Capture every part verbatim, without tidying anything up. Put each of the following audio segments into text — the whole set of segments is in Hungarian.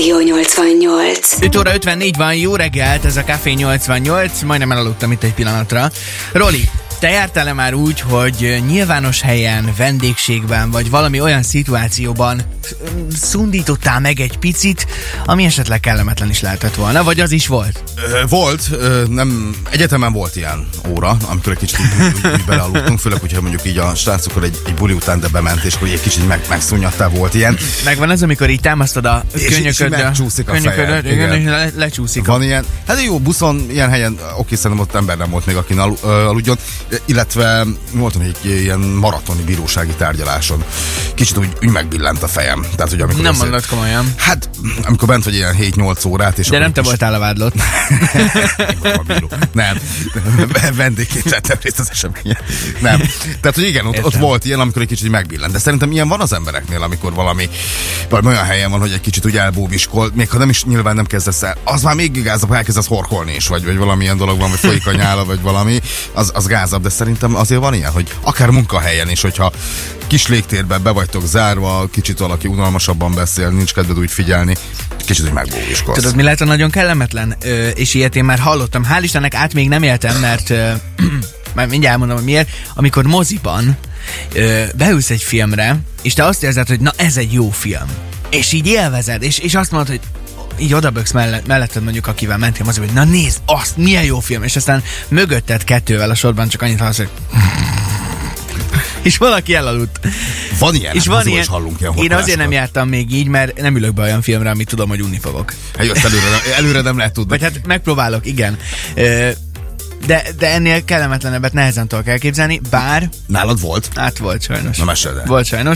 Rádió nyolcvannyolc. öt óra ötvennégy van, jó reggelt, ez a Café nyolcvannyolc, majdnem elaludtam itt egy pillanatra. Roli, te jártál-e már úgy, hogy nyilvános helyen, vendégségben, vagy valami olyan szituációban szundítottál meg egy picit, ami esetleg kellemetlen is lehetett volna, vagy az is volt? Ö, volt, ö, nem, egyetemen volt ilyen óra, amikor egy kicsit úgy, úgy belealudtunk, főleg, hogyha mondjuk így a srácokkal egy, egy buli után de bement, és hogy egy kicsit meg, megszúnyattál, volt ilyen. Megvan az, amikor így támasztod a könyököd, megcsúszik a fejed. Igen, és le, lecsúszik. Van ilyen, hát jó, buszon, ilyen helyen, oké, szerintem ott ember nem volt még, aki al, aludjon, illetve voltam egy ilyen maratoni bírósági tárgyaláson. Kicsit úgy, úgy megbillent a fejem. Tehát, hogy amikor nem mondod komolyan. Hát, amikor bent vagy ilyen hét-nyolc órát, és de nem te kis... voltál a vádlott. Nem, vendégként vettem részt az eseményen. Nem. Tehát, hogy igen, ott, ott volt ilyen, amikor egy kicsit megbillent. De szerintem ilyen van az embereknél, amikor valami, valami olyan helyen van, hogy egy kicsit úgy elbóbiskol, még ha nem is nyilván nem kezdesz el, az már még gázabb, ha elkezdesz horkolni is, vagy, vagy valamilyen dolog van, vagy folyik a nyála, vagy valami, az, az gázabb, de szerintem azért van ilyen, hogy akár munkahelyen is, hogyha kis légtérben be vagytok zárva, kicsit valaki unalmasabban beszél, nincs kedved úgy figyelni, kicsit úgy megbóviskolsz. Tudod, mi lehet a nagyon kellemetlen? Ö, és ilyet én már hallottam. Hál' Istennek át még nem éltem, mert ö, már mindjárt elmondom, hogy miért. Amikor moziban ö, beülsz egy filmre, és te azt érzed, hogy na ez egy jó film. És így élvezed, és, és azt mondod, hogy így odaböksz mellett, melletted mondjuk, akivel mentél moziba, hogy na nézd, azt, milyen jó film, és aztán mögötted kettővel a sorban csak annyit hallasz, hogy és valaki elaludt. Van ilyen, és van ilyen. Hallunk ilyen én azért nem jártam még így, mert nem ülök be olyan filmre, amit tudom, hogy unni fogok. Hát jó, előre, előre nem lehet tudni. Vagy hát megpróbálok, igen. De, de ennél kellemetlenebbet nehezen tudok elképzelni, bár... Nálad volt? Hát volt sajnos. Na mesélj el. Volt sajnos.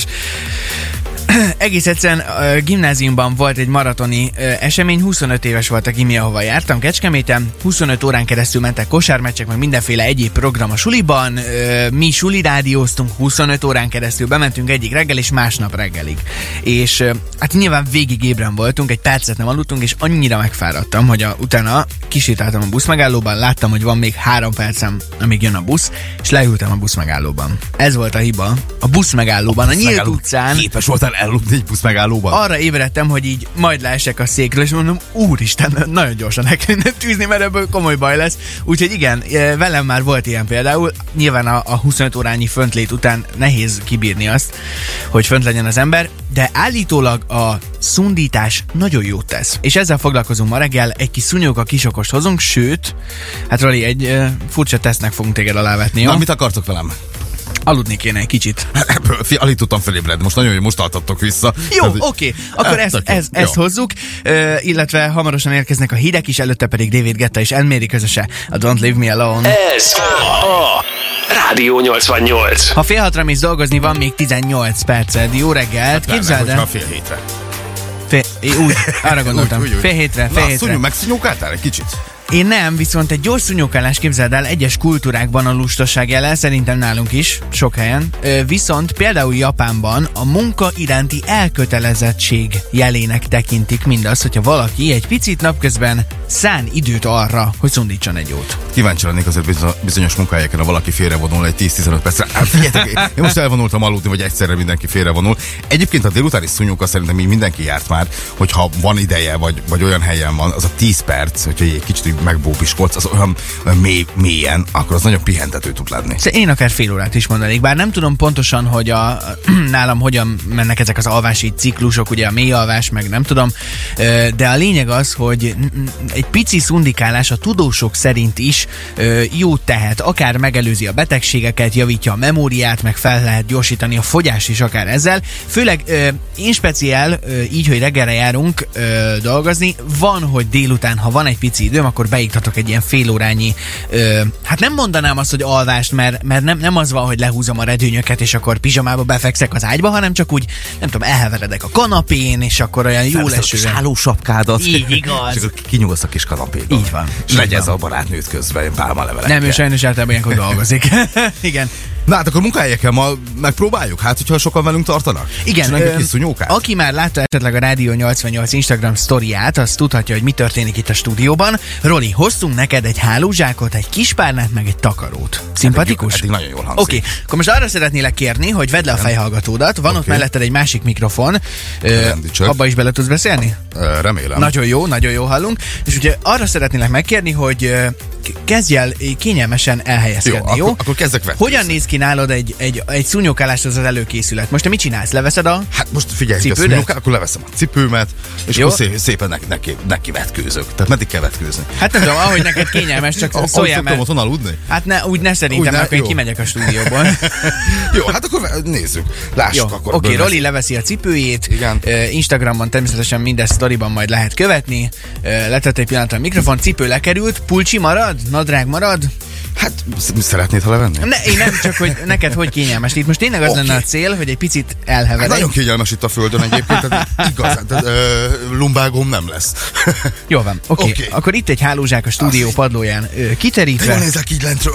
Egész egyszerűen uh, gimnáziumban volt egy maratoni uh, esemény, huszonöt éves volt a gimi, ahova jártam Kecskeméten, huszonöt órán keresztül mentek kosármeccsek, meg mindenféle egyéb program a suliban, uh, mi sulirádióztunk huszonöt órán keresztül, bementünk egyik reggel és másnap reggelig. És uh, hát nyilván végig ébren voltunk, egy percet nem aludtunk, és annyira megfáradtam, hogy a, utána kisétáltam a buszmegállóban, láttam, hogy van még három percem, amíg jön a busz, és leültem a buszmegállóban. Ez volt a hiba. A buszmegállóban, a, a nyílt utcán. Képes voltál eludni egy buszmegállóban? Arra ébredtem, hogy így majd leesek a székről, és mondom, úristen, nagyon gyorsan el kellene tűzni, mert ebből komoly baj lesz. Úgyhogy igen, velem már volt ilyen például. Nyilván a, a huszonöt órányi föntlét után nehéz kibírni azt, hogy fönt legyen az ember, de állítólag a szundítás nagyon jót tesz. És ezzel foglalkozunk ma reggel, egy kis szúnyóka kisokost hozunk, sőt, hát Roli, egy uh, furcsa tesztnek fogunk téged alávetni, jó? Na, mit akartok velem? Aludni kéne egy kicsit. Alig tudtam felébredni, most nagyon jó, most altatok vissza. Jó, oké, okay. Akkor ezt, ez, ezt hozzuk, uh, illetve hamarosan érkeznek a hírek is, előtte pedig David Guetta és Anne Marie közöse, a Don't Leave Me Alone. Ez a Rádió nyolcvannyolc. Ha fél hatra mész dolgozni, van még tizennyolc perced. Jó reggelt, hát képzeld el. Fél hétre. Fél, úgy, arra gondoltam. úgy, úgy, úgy. Fél hétre, fél Na, hétre. szúnyog, megszúnyogáltál egy kicsit? Én nem, viszont egy gyors szúnyogálás, képzeld el, egyes kultúrákban a lustaság jele, szerintem nálunk is, sok helyen. Viszont például Japánban a munka iránti elkötelezettség jelének tekintik mindaz, hogyha valaki egy picit napközben szán időt arra, hogy szundítson egy jót. Kíváncsi lennék azért bizonyos munkahelyeken, ha valaki félrevonul egy tíz-tizenöt percre. Hát figyeljetek, én most elvonultam aludni, vagy egyszerre mindenki félrevonul. Egyébként a délutáni szúnyóka szerintem így mindenki járt már, hogyha van ideje, vagy, vagy olyan helyen van, az a tíz perc, hogyha egy kicsit megbóbiskolsz, az olyan, olyan mély, mélyen, akkor az nagyon pihentető tud lenni. Én akár fél órát is mondanék, bár nem tudom pontosan, hogy a, nálam hogyan mennek ezek az alvási ciklusok, ugye a mély alvás, meg nem tudom, de a lényeg az, hogy egy pici szundikálás a tudósok szerint is jót tehet, akár megelőzi a betegségeket, javítja a memóriát, meg fel lehet gyorsítani a fogyást is akár ezzel. Főleg én speciál, így, hogy reggelre járunk dolgozni, van, hogy délután, ha van egy pici időm, akkor beiktatok egy ilyen félórányi, ö, hát nem mondanám azt, hogy alvást, mert, mert nem, nem az van, hogy lehúzom a redőnyöket, és akkor pizsamába befekszek az ágyba, hanem csak úgy, nem tudom, elheveredek a kanapén, és akkor olyan jó lesően. Hálósapkádat. Így igaz. És akkor kinyúlsz a kis kanapéban. Így van. És legyen ez a barátnőt közben, pálmalevelekkel. Nem, ő sajnos általában ilyenkor dolgozik. Igen. Na hát akkor munkahelyeken ma megpróbáljuk, hát hogyha sokan velünk tartanak. Igen, ö, ö, aki már látta esetleg a Rádió nyolcvannyolc Instagram sztoriát, az tudhatja, hogy mi történik itt a stúdióban. Roli, hoztunk neked egy hálózsákot, egy kispárnát, meg egy takarót. Szimpatikus? Eddig, eddig nagyon jól hangzik. Oké, okay. Akkor most arra szeretnélek kérni, hogy vedd le a fejhallgatódat, van okay. ott melletted egy másik mikrofon. Ö, abba is bele tudsz beszélni? Ö, remélem. Nagyon jó, nagyon jó hallunk. És ugye arra szeretnélek megkérni, hogy kezdj el kényelmesen elhelyezkedni, jó? jó? Akkor, akkor kezdek vetni. Hogyan néz ki nálad egy, egy, egy szúnyogálás, az az előkészület? Most te mit csinálsz? Leveszed a Hát most figyelj, szúnyogál, akkor leveszem a cipőmet, és jó? akkor szép, szépen neki, neki, neki vetkőzök. Tehát meddig kell vetkőzni? Hát nem tudom, ahogy neked kényelmes, csak szóljál meg. Ott aludni? Hát ne, úgy ne szerintem, mert akkor én kimegyek a stúdióból. Jó, hát akkor nézzük. Lássuk akkor. Oké, okay, Roli leveszi a cipőjét. Igen. Uh, Instagramon természetesen minden sztoriban majd lehet követni. Uh, letett egy pillanatra a mikrofon, cipő lekerült, pulcsi marad, nadrág marad. Hát, szeretnéd, ha levenni? Ne, én nem, csak hogy neked hogy kényelmes. Itt most tényleg az okay. lenne a cél, hogy egy picit elheveredj. Hát nagyon kényelmes itt a földön egyébként, tehát igazán, tehát, ö, lumbágom nem lesz. Jó van, oké. Okay. Okay. Akkor itt egy hálózsák a stúdió padlóján ö, kiterítve. Jól nézek így lentről.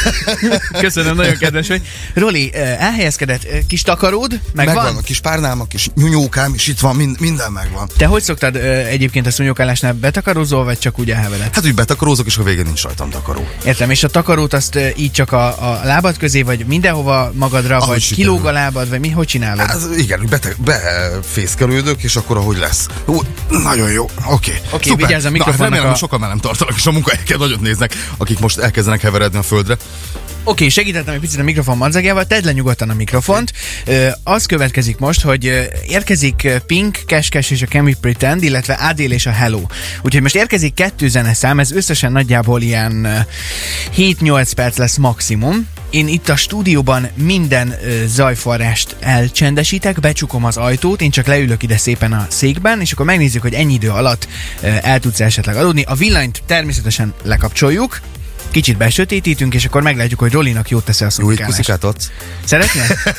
Köszönöm, nagyon kedves vagy. Roli, ö, elhelyezkedett, ö, kis takaród, megvan? Megvan, a kis párnám, a kis nyúnyókám, és itt van, mind, minden megvan. Te hogy szoktad ö, egyébként a szúnyogálásnál betakarózol, vagy csak úgy elheveded? Hát úgy betakarózok, és a végén nincs rajtam takaró. Értem, és a takarót azt így csak a, a lábad közé, vagy mindenhova magadra, ahogy vagy sikerül. Kilóg a lábad, vagy mi, hogy csinálod? Hát, igen, befészkelődök, és akkor ahogy lesz. Ú, nagyon jó, oké. Okay. Oké, okay, vigyázz a mikrofonnak. Na, remélem, a... hogy sokan már nem tartanak, és a munkahelyeken nagyot néznek, akik most elkezdenek heveredni a földre. Oké, okay, segítettem egy picit a mikrofon madzagjával, tedd le nyugodtan a mikrofont. Okay. Uh, az következik most, hogy uh, érkezik Pink, Cash Cash és a Can We Pretend, illetve Adele és a Hello. Úgyhogy most érkezik kettő zeneszám, ez összesen nagyjából ilyen uh, hét-nyolc perc lesz maximum. Én itt a stúdióban minden uh, zajforrást elcsendesítek, becsukom az ajtót, én csak leülök ide szépen a székben, és akkor megnézzük, hogy ennyi idő alatt uh, el tudsz esetleg aludni. A villanyt természetesen lekapcsoljuk, kicsit besötétítünk, és akkor meglátjuk, hogy Rolinak jót tesz a szurkálást. Jó, egy puszikát adsz? Szeretnél?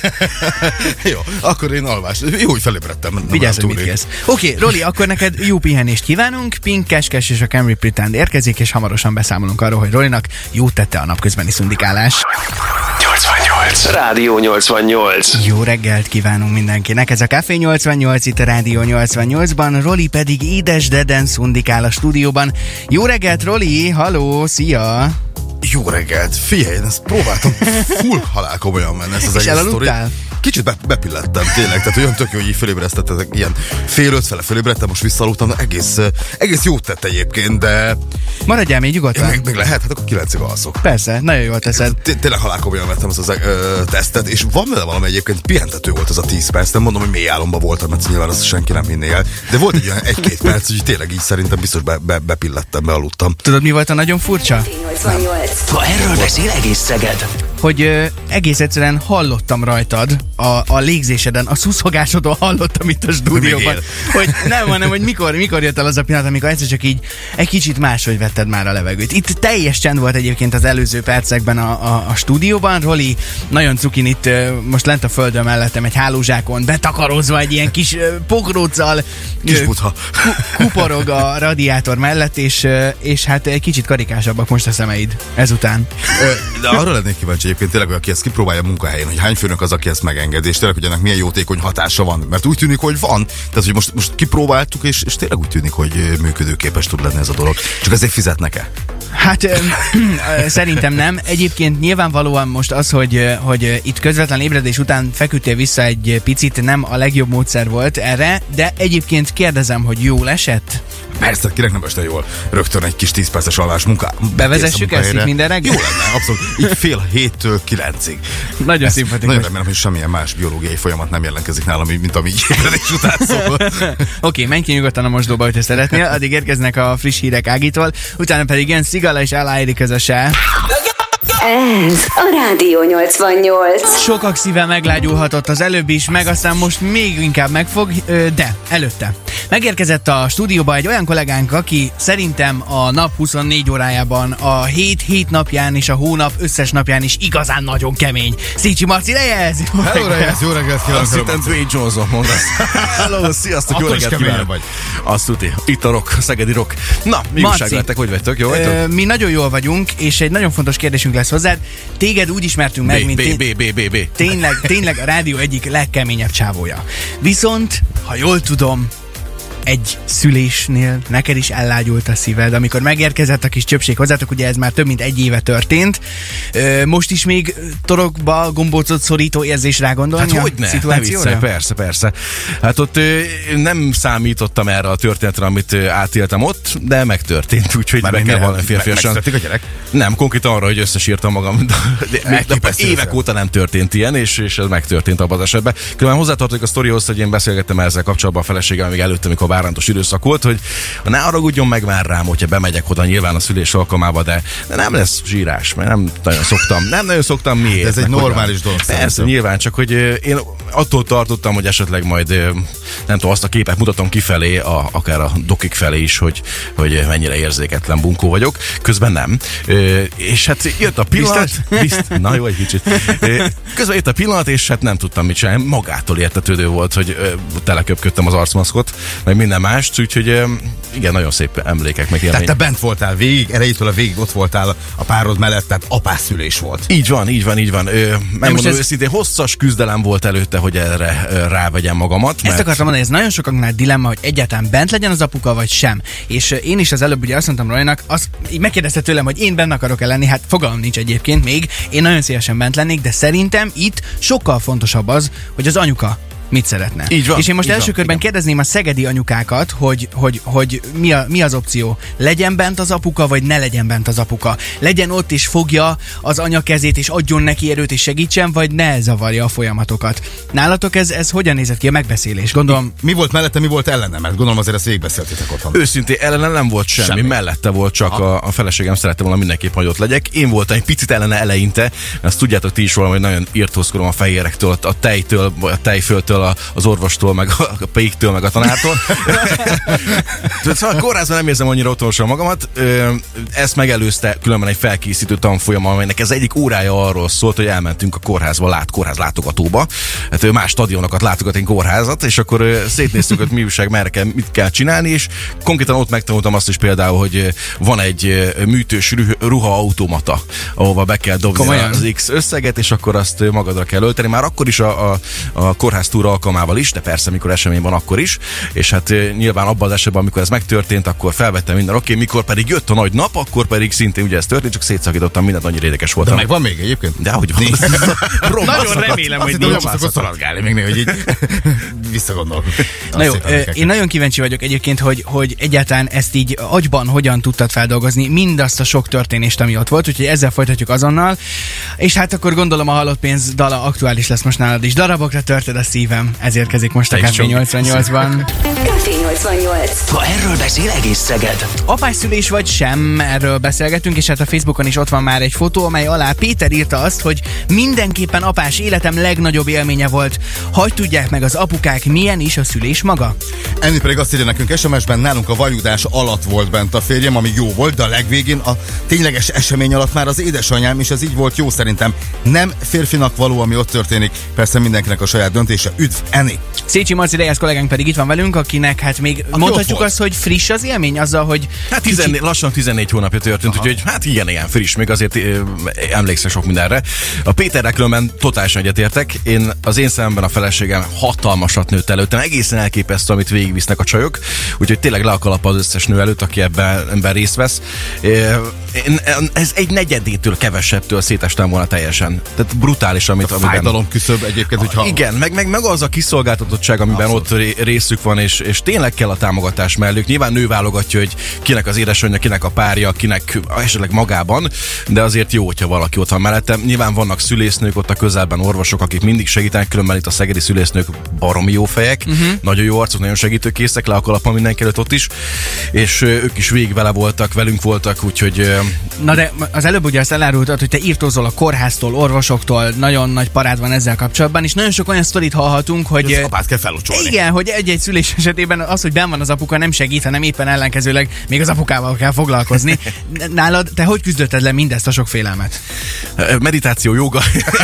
Jó, akkor én alvás. Jó, hogy felébredtem. Vigyázz, hogy mit kezd. Oké, okay, Roli, akkor neked jó pihenést kívánunk. Pink, Cash Cash és a Can We Pretend érkezik, és hamarosan beszámolunk arról, hogy Rolinak jót tette a napközbeni szundikálás. nyolcvannyolc. Rádió nyolcvannyolc. Jó reggelt kívánunk mindenkinek. Ez a Café nyolcvannyolc itt a Rádió nyolcvannyolcban, Roli pedig édes deden szundikál a stúdióban. Jó reggelt, Roli! Halló, szia! Jó reggelt! Figyelj, én ezt próbáltam full halál komolyan menni, ezt az és egész sztori. Kicsit be, bepillettem tényleg, tehát olyan tök jó, hogy így fölébresztettek, ilyen fél öt fele fölébredtem, most visszaludtam, egész, egész jót tett egyébként, de... Maradjál még nyugodtan. Még, még lehet, hát akkor kilencig alszok. Persze, nagyon jól teszed. Tényleg halál komolyan vettem ezt az ö, tesztet, és van vele valami egyébként, pihentető volt ez a tíz perc, nem mondom, hogy mély álomban voltam, mert nyilván azt senki nem hinné el, de volt egy olyan egy-két perc, hogy tényleg így szerintem biztos be, be, bepillettem, bealudtam. Tudod, mi volt a nagyon furcsa? Ha erről beszél egész Szeged. Hogy ö, egész egyszerűen hallottam rajtad, a, a légzéseden, a szuszogásodon hallottam itt a stúdióban, hogy nem, hanem, hogy mikor, mikor jött el az a pillanat, amikor egyszer csak így egy kicsit máshogy vetted már a levegőt. Itt teljes csend volt egyébként az előző percekben a, a, a stúdióban. Roli nagyon cukin itt most lent a földön mellettem egy hálózsákon, betakarozva egy ilyen kis pokróccal, kis butha. Ku, kuporog a radiátor mellett, és, és hát egy kicsit karikásabbak most a szemeid ezután. De arra lennék kíváncsi egyébként tényleg, hogy aki ezt kipróbálja munkahelyen, hogy hány főnök az, aki ezt megengedi, és tényleg, hogy ennek milyen jótékony hatása van. Mert úgy tűnik, hogy van. Tehát, hogy most, most kipróbáltuk, és, és tényleg úgy tűnik, hogy működőképes tud lenni ez a dolog. Csak ezért fizetnek-e? Hát ö, ö, szerintem nem. Egyébként nyilvánvalóan most az, hogy, hogy itt közvetlen ébredés után feküdtél vissza egy picit, nem a legjobb módszer volt erre, de egyébként kérdezem, hogy jól esett? Persze, kinek nem este jól. Rögtön egy kis tíz perces alvás munká. Bevezessük ezt itt minden reggel? Jó lenne, abszolút. Így fél héttől kilencig. Nagyon szimpatikus. Nagyon remélem, hogy semmilyen más biológiai folyamat nem jelentkezik nálam, mint ami így ébredés után szól. Oké, okay, menj ki nyugodtan a mosdóba, hogyha szeretnél. Addig érkeznek a friss hírek Ágitól, utána pedig ilyen Szigala és Aláiri közöse. Ez a Rádió nyolcvannyolc. Sokak szíve meglágyulhatott az előbb is, meg aztán most még inkább megfog, de előtte. Megérkezett a stúdióba egy olyan kollégánk, aki szerintem a nap huszonnégy órájában, a hét hét napján és a hónap összes napján is igazán nagyon kemény. Szécsi Marci, Reyes! Hello, Reyes, jó reggelt kívánok! Azt hittem Dwayne Johnson mondasz. Hello, sziasztok, jó reggelt kívánok! Vagy. Azt tuti, itt a rock, szegedi rock. Na, mi újságletek, hogy vagytok, jó vagytok? Ö, mi nagyon jól vagyunk, és egy nagyon fontos kérdésünk lesz hozzád. Téged úgy ismertünk meg, B, mint... B, B, B, B, B. Tényleg, tényleg a rádió egyik legkeményebb csávója. Viszont, ha jól tudom, egy szülésnél neked is ellágyult a szíved, amikor megérkezett a kis csöpség hozzátok, ugye ez már több mint egy éve történt. Most is még torokba gombócot szorító érzés rá gondolni hát a hogyne, szituációra? Ne persze, persze. Hát ott nem számítottam erre a történetre, amit átéltem ott, de megtörtént, úgyhogy be kell valami férfiasan. Megszületik a gyerek? Nem, konkrétan arra, hogy összesírtam magam. De, de, de, de évek óta nem történt ilyen, és, és ez megtörtént abban az esetben. Különben hozzátartozik a sztorihoz, hogy én beszélgettem ezzel kapcsolatban a feleséggel, még előtte, amikor várántos időszak volt, hogy ne haragudjon meg már rám, hogyha bemegyek oda nyilván a szülés alkalmába, de, de nem lesz zsírás, mert nem nagyon szoktam. Nem nagyon szoktam miért. De ez egy normális dolog. Persze, szerintem. Nyilván, csak hogy én attól tartottam, hogy esetleg majd nem tudom, azt a képet mutatom kifelé, a, akár a dokik felé is, hogy, hogy mennyire érzéketlen bunkó vagyok. Közben nem. És hát jött a pillanat. Bizt, na jó, egy kicsit. Közben jött a pillanat, és hát nem tudtam mit csinálni. Magától értetődő volt, hogy teleköpködtem az arcmaszkot, meg minden más, úgyhogy igen, nagyon szép emlékek, meg élmény. Tehát te bent voltál végig, elejétől a végig ott voltál a párod mellett, tehát apászülés volt. Így van, így van, így van. Megmondom ez... őszintén, hosszas küzdelem volt előtte, hogy erre rávegyem magamat. Ezt mert... akartam mondani, ez nagyon sokaknál dilemma, hogy egyáltalán bent legyen az apuka, vagy sem. És én is az előbb ugye azt mondtam Roynak, azt megkérdezte tőlem, hogy én benne akarok-e lenni, hát fogalmam nincs egyébként még, én nagyon szívesen bent lennék, de szerintem itt sokkal fontosabb az, hogy az anyuka mit szeretne. Így van, és én most első van, körben igen. kérdezném a szegedi anyukákat, hogy, hogy, hogy mi, a, mi az opció. Legyen bent az apuka, vagy ne legyen bent az apuka. Legyen ott és fogja az anya kezét, és adjon neki erőt, és segítsen, vagy ne zavarja a folyamatokat. Nálatok ez, ez hogyan nézett ki a megbeszélés? Gondolom... Mi, mi volt mellette, mi volt ellene? Mert gondolom azért ezt végigbeszéltétek otthon. Őszintén ellene nem volt semmi, semmi. Mellette volt csak a, a feleségem szerette volna mindenképp, hogy ott legyek. Én voltam egy picit ellene eleinte, azt tudjátok ti is valami, hogy nagyon írtózkodom a fehérektől, a tejtől, a tejföltől, A, az orvostól, meg a, a péktől, meg a tanártól. Szóval a kórházban nem érzem annyira otthonosan magamat. Ezt megelőzte különben egy felkészítő tanfolyam, amelynek ez egyik órája arról szólt, hogy elmentünk a kórházba, lát, kórház látogatóba. Hát más stadionokat látogat, én kórházat, és akkor szétnéztük, hogy mi újság, merre kell, mit kell csinálni, és konkrétan ott megtanultam azt is például, hogy van egy műtős ruhaautomata, ahova be kell dobni Komolyan? az X összeget, és akkor azt magadra kell ölteni. Már akkor is a, a, a kórháztúra alkalmával is, de persze, mikor esemény van, akkor is. És hát nyilván abban az esetben, amikor ez megtörtént, akkor felvettem minden, oké, mikor pedig jött a nagy nap, akkor pedig szintén ugye ez történt, csak szétszakítottam mindent, annyira érdekes volt. De meg van még egyébként? De hogy van? Nagyon remélem, hogy nincs. Azt szokott szaladgálni még néha, hogy így visszagondolok. Na jó, én nagyon kíváncsi vagyok egyébként, hogy, hogy egyáltalán ezt így agyban hogyan tudtad feldolgozni, mindazt a sok történést, ami ott volt, úgyhogy ezzel folytatjuk azonnal. És hát akkor gondolom a halott pénz dala aktuális lesz most nálad is. Darabokra törted a szívem. Ez érkezik most a Café nyolcvannyolcban. Café nyolcvannyolc. Ha erről beszél egész Szeged. Apásszülés vagy sem, erről beszélgetünk, és hát a Facebookon is ott van már egy fotó, amely alá Péter írta azt, hogy mindenképpen apás életem legnagyobb élménye volt. Hadd tudják meg az apukák, milyen is a szülés maga. Enni pedig azt írja nekünk es em es-ben, nálunk a vajudás alatt volt bent a férjem, ami jó volt, de a legvégén a tényleges esemény alatt már az édesanyám, és ez így volt jó szerintem. Nem férfinak való, ami ott történik. Persze mindenkinek a saját döntése. Üdv, Eni! Szécsi Marci Reyes kollégánk pedig itt van velünk, akinek hát még Aki mondhatjuk azt, hogy friss az élmény azzal, hogy... Hát tizennégy, kicsi... lassan tizennégy hónapja történt, Aha. úgyhogy hát igen, igen, friss, még azért ö, emlékszem sok mindenre. A Péterrel különben totálisan egyetértek. Én az én szememben a feleségem hatalmasat nőtt előttem, egészen elképesztő, amit végigvisznek a csajok, úgyhogy tényleg le a kalap az összes nő előtt, aki ebben, ebben részt vesz. Én, ez egy negyedétől kevesebbtől szétestem volna teljesen. Tehát brutális, amit... A fájdalom küszöb egyébként, hogyha... Igen, meg, meg, meg az a kiszolgáltatottság, amiben Abszolút. ott részük van, és, és tényleg kell a támogatás mellük. Nyilván nő válogatja, hogy kinek az édesanyja, kinek a párja, kinek esetleg magában, de azért jó, hogyha valaki ott van mellettem. Nyilván vannak szülésznők ott a közelben, orvosok, akik mindig segítenek, különben itt a szegedi szülésznők baromi jó fejek, uh-huh. nagyon jó arcok, nagyon segítőkészek, le a kalapon mindenki előtt ott is, és ők is végig vele voltak, velünk voltak, úgyhogy Igen. Na de az előbb ugye azt elárultad, hogy te írtózol a kórháztól, orvosoktól, nagyon nagy parád van ezzel kapcsolatban, és nagyon sok olyan sztorit hallhatunk, hogy... Az apát kell felocsolni. Igen, hogy egy-egy szülés esetében az, hogy benn van az apuka, nem segít, hanem éppen ellenkezőleg még az apukával kell foglalkozni. Nálad, te hogy küzdötted le mindezt a sok félelmet? Meditáció, jóga.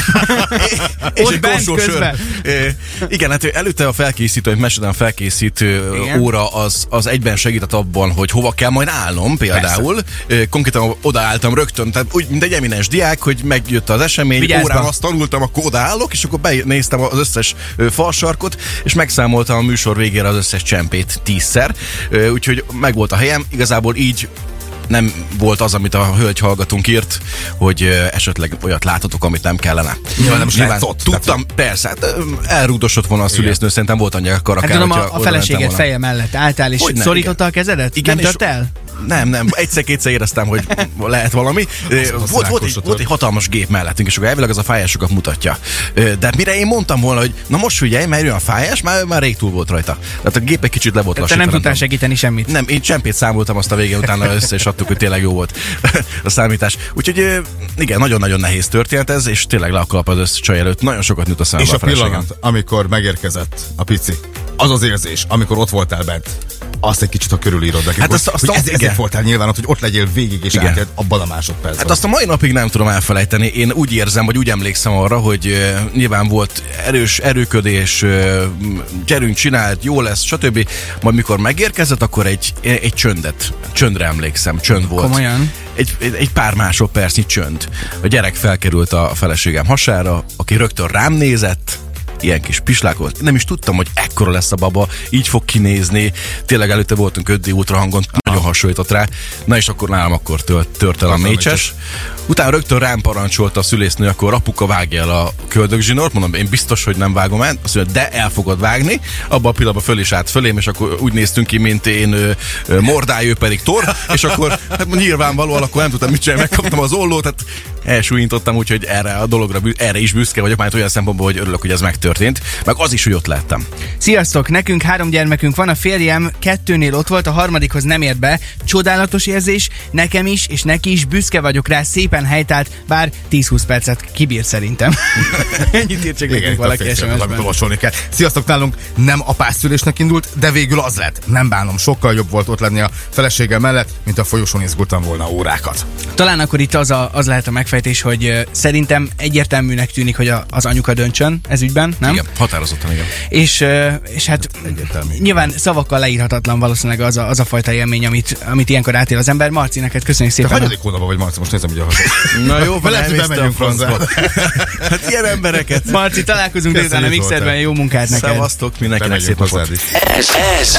És Ott egy bent korsó sör. közben. Igen, hát előtte a felkészítő, egy meseden felkészítő Igen. óra az, az egyben segített abban, hogy hova kell majd állnom például. Persze. Konkrétan odaálltam rögtön, tehát úgy, mint egy eminens diák, hogy megjött az esemény, Vigyázz órán be. azt tanultam, akkor odaállok, és akkor benéztem az összes ö, falsarkot, és megszámoltam a műsor végére az összes csempét tízszer. Ö, Úgyhogy megvolt a helyem, igazából így nem volt az, amit a hölgy hallgatónk írt, hogy ö, esetleg olyat láthatok, amit nem kellene. Nyilván nem is látszott. Tudtam, persze, hát ö, elrúdosott volna a szülésznő, szerintem volt annyi a karakán, Hát tudom, hogyha a, a oda feleséged mentem volna. feje mellett álltál, és Hogy ne, szorította a kezedet? Igen, Nem és- tört el? Nem, nem, egyszer-kétszer éreztem, hogy lehet valami. Volt, volt, egy, volt egy hatalmas gép mellettünk, és akkor elvileg az a fájásokat mutatja. De mire én mondtam volna, hogy na most figyelj, mert olyan fájás, már, már rég túl volt rajta. Tehát a gép egy kicsit le volt Te lassítva. nem tudtál segíteni semmit. Nem, én csempét számoltam azt a végén, utána össze és adtuk, hogy tényleg jó volt a számítás. Úgyhogy ö, igen, nagyon-nagyon nehéz történet ez, és tényleg le a kalap az összes csaj előtt. Nagyon sokat nőtt a számba És a feleségem. pillanat, amikor megérkezett a pici, az az érzés, amikor ott voltál bent, azt egy kicsit, ha körülírod nekik, Hát hogy, azt- azt- hogy ez, igen. ezért voltál nyilván ott, hogy ott legyél végig, és Igen. átélt abban a másodpercben. Hát azt a mai napig nem tudom elfelejteni. Én úgy érzem, vagy úgy emlékszem arra, hogy uh, nyilván volt erős erőködés, uh, gyerünk, csinált, jó lesz, stb. Majd mikor megérkezett, akkor egy, egy csöndet, csöndre emlékszem, csönd volt. Komolyan? Egy, egy, egy pár másodpercnyi csönd. A gyerek felkerült a feleségem hasára, aki rögtön rám nézett, ilyen kis pislákot. Nem is tudtam, hogy ekkora lesz a baba, így fog kinézni. Tényleg előtte voltunk öt dé ultrahangon, nagyon hasonlított rá. Na és akkor nálam akkor tört, tört el a Az a mécses. Utána rögtön rám parancsolta a szülésznő, akkor apuka vágja el a köldögzsinort. Mondom, én biztos, hogy nem vágom el. Azt mondja, de el fogod vágni. Abban a pillanatban föl is állt fölém, és akkor úgy néztünk ki, mint én ö, ö, mordály, ő pedig tor. És akkor hát nyilvánvalóan akkor nem tudtam mit csinálni, megkaptam az ollót, tehát elsúlyintottam, úgyhogy erre a dologra, erre is büszke vagyok, már olyan szempontból, hogy örülök, hogy ez megtörtént. Meg az is, hogy ott lettem. Sziasztok! Nekünk három gyermekünk van, a férjem kettőnél ott volt, a harmadikhoz nem ért be. Csodálatos érzés, nekem is, és neki is, büszke vagyok rá, szépen helytált, bár tíz-húsz percet kibírt szerintem. Ennyit írt csak nekünk valaki es em amit es-ben. olvasolni kell. Sziasztok, nálunk nem apásszülésnek indult, de végül az lett. Nem bánom, sokkal jobb volt ott lenni a feleségem mellett, mint a folyosón izgultam volna órákat. Talán akkor itt az, a, az lehet a megfejtés, hogy uh, szerintem egyértelműnek tűnik, hogy a, az anyuka döntsön ez ügyben, nem? Igen, határozottan, igen. És, uh, és hát Egyértelmű. nyilván szavakkal leírhatatlan valószínűleg az a, az a fajta élmény, amit, amit ilyenkor átél az ember. Marci, neked köszönjük Te szépen. hagyadik hónapban vagy, Marci, most nézem, hogy a Na jó, Lehet, hogy bemegyünk hozzá. Hát ilyen embereket. Marci, találkozunk Köszönjük, délután a Mixerben, Zoltán. jó munkát neked. Szevasztok, mindenkinek szép Bemegyünk napot. hozzád is. Ez, ez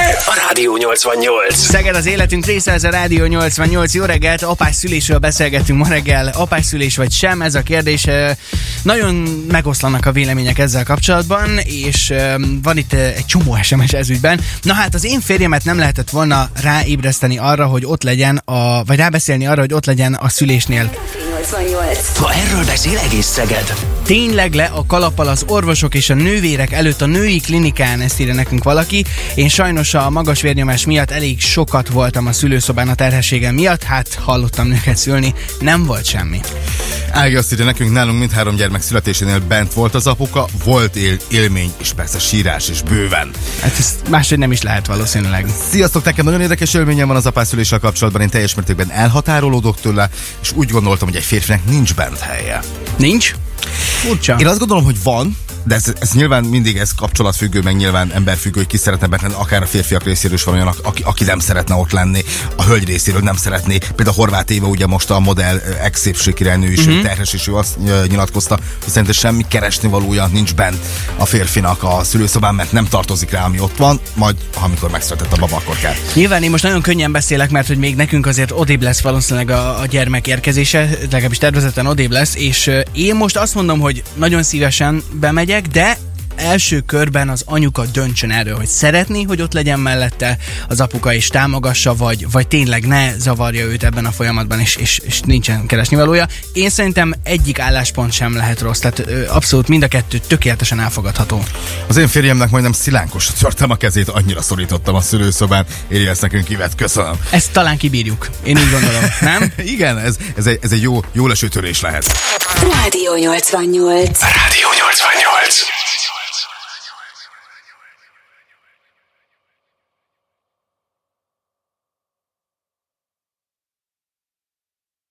a Rádió nyolcvannyolc. Szeged az életünk része, ez a Rádió nyolcvannyolc. Jó reggelt, apás szülésről beszélgettünk ma reggel. Apás szülés vagy sem, ez a kérdés. Nagyon megoszlanak a vélemények ezzel kapcsolatban, és van itt egy csomó es em es ezügyben. Na hát az én férjemet nem lehetett volna ráébreszteni arra, hogy ott legyen, a, vagy rábeszélni arra, hogy ott legyen a szülésnél. nyolcvannyolc. Ha erről beszél egész Szeged. Tényleg le a kalappal az orvosok és a nővérek előtt a női klinikán, ezt írja nekünk valaki. Én sajnos a magas vérnyomás miatt elég sokat voltam a szülőszobán a terhességem miatt, hát hallottam nőket szülni, nem volt semmi. Ági azt írja nekünk, nálunk mindhárom gyermek születésénél bent volt az apuka, volt él, élmény, és persze sírás is bőven. Hát ez máshogy nem is lehet valószínűleg. Sziasztok, nekem nagyon érdekes élményem van az apászüléssel kapcsolatban, én teljes mértékben elhatárolódok tőle, és úgy gondoltam, hogy egy férfinek nincs bent helye. Nincs? Furcsa. Én azt gondolom, hogy van, de ez, ez nyilván mindig ez kapcsolatfüggő, meg nyilván emberfüggő, hogy ki szeretne bent lenni, akár a férfiak részéről is van olyan, aki, aki nem szeretne ott lenni, a hölgy részéről nem szeretné. Például Horváth Éva, ugye most a modell ex-szépségkirálynő is uh-huh. terhes, és ő azt nyilatkozta, hogy szerintem semmi keresni valója nincs bent a férfinak a szülőszobán, mert nem tartozik rá, ami ott van, majd amikor megszületett a baba, akkor kell. Nyilván én most nagyon könnyen beszélek, mert hogy még nekünk azért odébb lesz valószínűleg a, a gyermek érkezése, legalábbis tervezetten odébb lesz, és uh, én most azt mondom, hogy nagyon szívesen bemegyek, de első körben az anyuka döntsön erről, hogy szeretné, hogy ott legyen mellette az apuka és támogassa, vagy, vagy tényleg ne zavarja őt ebben a folyamatban, és, és, és nincsen keresnivalója. Én szerintem egyik álláspont sem lehet rossz, tehát ö, abszolút mind a kettő tökéletesen elfogadható. Az én férjemnek majdnem szilánkosra törtem a kezét, annyira szorítottam a szülőszobán, írja ezt nekünk Ivett, köszönöm. Ezt talán kibírjuk, én úgy gondolom, nem? Igen, ez, ez egy, ez egy jó, jó leső törés lehet. Rádió nyolcvannyolc. Rádió nyolcvannyolc.